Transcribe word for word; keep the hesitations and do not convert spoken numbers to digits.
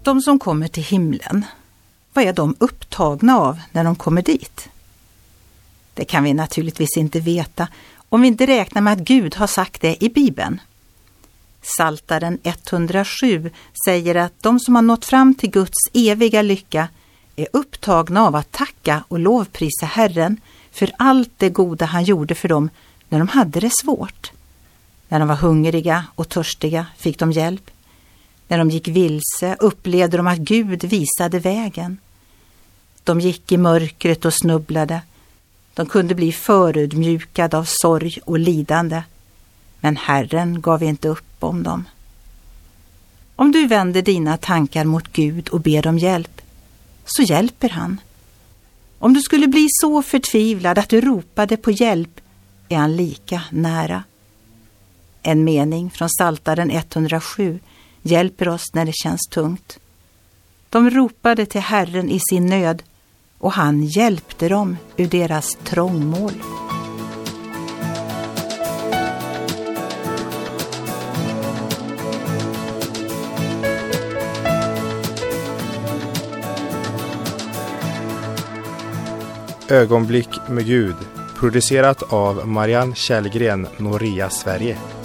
De som kommer till himlen, vad är de upptagna av när de kommer dit? Det kan vi naturligtvis inte veta om vi inte räknar med att Gud har sagt det i Bibeln. Psaltaren etthundrasju säger att de som har nått fram till Guds eviga lycka är upptagna av att tacka och lovprisa Herren för allt det goda han gjorde för dem när de hade det svårt. När de var hungriga och törstiga fick de hjälp. När de gick vilse upplevde de att Gud visade vägen. De gick i mörkret och snubblade. De kunde bli förödmjukade av sorg och lidande. Men Herren gav inte upp om dem. Om du vänder dina tankar mot Gud och ber om hjälp, så hjälper han. Om du skulle bli så förtvivlad att du ropade på hjälp, är han lika nära. En mening från Psaltaren etthundrasju hjälper oss när det känns tungt. De ropade till Herren i sin nöd, och han hjälpte dem ur deras trångmål. Ögonblick med Gud, producerat av Marianne Källgren, Noria, Sverige.